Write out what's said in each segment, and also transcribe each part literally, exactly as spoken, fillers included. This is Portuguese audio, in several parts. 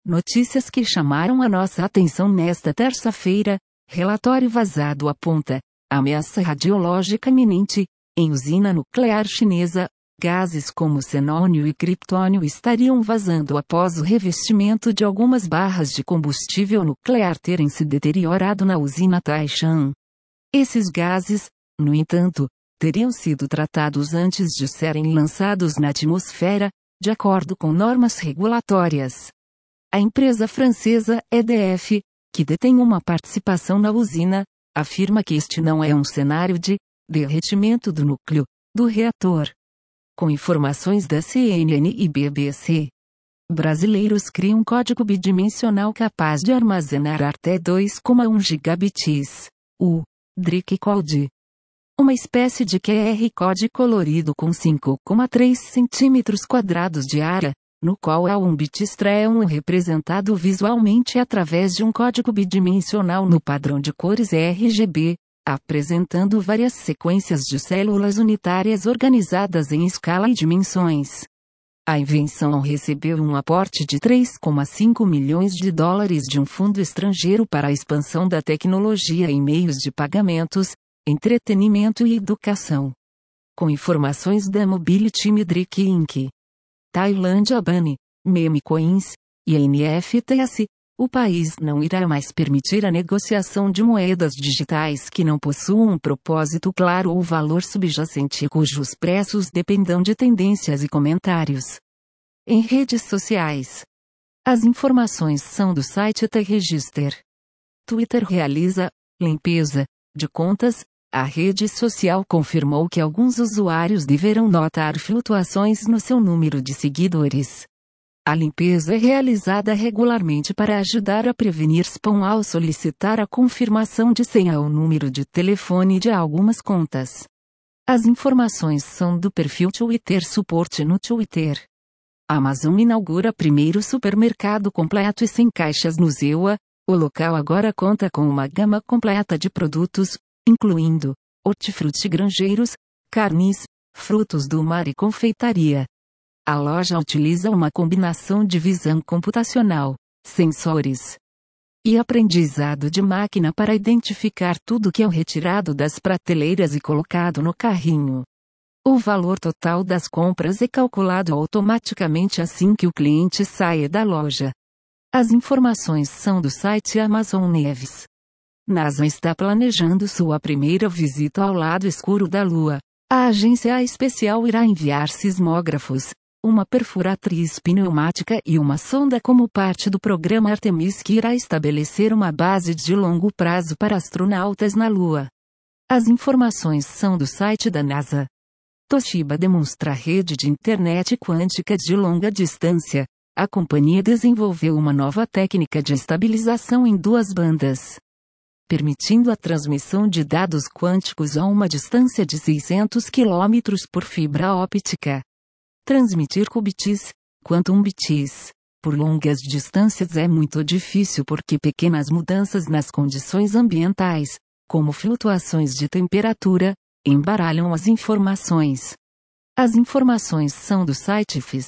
Notícias que chamaram a nossa atenção nesta terça-feira. Relatório vazado aponta ameaça radiológica iminente em usina nuclear chinesa. Gases como xenônio e criptônio estariam vazando após o revestimento de algumas barras de combustível nuclear terem se deteriorado na usina Taishan. Esses gases, no entanto, teriam sido tratados antes de serem lançados na atmosfera, de acordo com normas regulatórias. A empresa francesa E D F, que detém uma participação na usina, afirma que este não é um cenário de derretimento do núcleo do reator. Com informações da C N N e B B C, brasileiros criam um código bidimensional capaz de armazenar até dois vírgula um gigabits, o D R I C Code. Uma espécie de Q R Code colorido com cinco vírgula três centímetros quadrados de área, no qual há um bit extra representado visualmente através de um código bidimensional no padrão de cores R G B, apresentando várias sequências de células unitárias organizadas em escala e dimensões. A invenção recebeu um aporte de três vírgula cinco milhões de dólares de um fundo estrangeiro para a expansão da tecnologia em meios de pagamentos, entretenimento e educação. Com informações da Mobility Metric Incorporated, Tailândia Bunny, Meme Coins, e a N F T S, o país não irá mais permitir a negociação de moedas digitais que não possuam um propósito claro ou valor subjacente cujos preços dependam de tendências e comentários. Em redes sociais. As informações são do site The Register. Twitter realiza limpeza de contas. A rede social confirmou que alguns usuários deverão notar flutuações no seu número de seguidores. A limpeza é realizada regularmente para ajudar a prevenir spam ao solicitar a confirmação de senha ou número de telefone de algumas contas. As informações são do perfil Twitter Suporte no Twitter. A Amazon inaugura primeiro supermercado completo e sem caixas no Zewa. O local agora conta com uma gama completa de produtos, incluindo hortifruti grangeiros, carnes, frutos do mar e confeitaria. A loja utiliza uma combinação de visão computacional, sensores e aprendizado de máquina para identificar tudo que é retirado das prateleiras e colocado no carrinho. O valor total das compras é calculado automaticamente assim que o cliente saia da loja. As informações são do site Amazon News. NASA está planejando sua primeira visita ao lado escuro da Lua. A agência espacial irá enviar sismógrafos, uma perfuratriz pneumática e uma sonda como parte do programa Artemis que irá estabelecer uma base de longo prazo para astronautas na Lua. As informações são do site da NASA. Toshiba demonstra rede de internet quântica de longa distância. A companhia desenvolveu uma nova técnica de estabilização em duas bandas, permitindo a transmissão de dados quânticos a uma distância de seiscentos quilômetros por fibra óptica. Transmitir qubits, quantum bits, por longas distâncias é muito difícil porque pequenas mudanças nas condições ambientais, como flutuações de temperatura, embaralham as informações. As informações são do site F I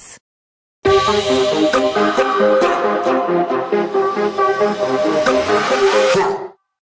S.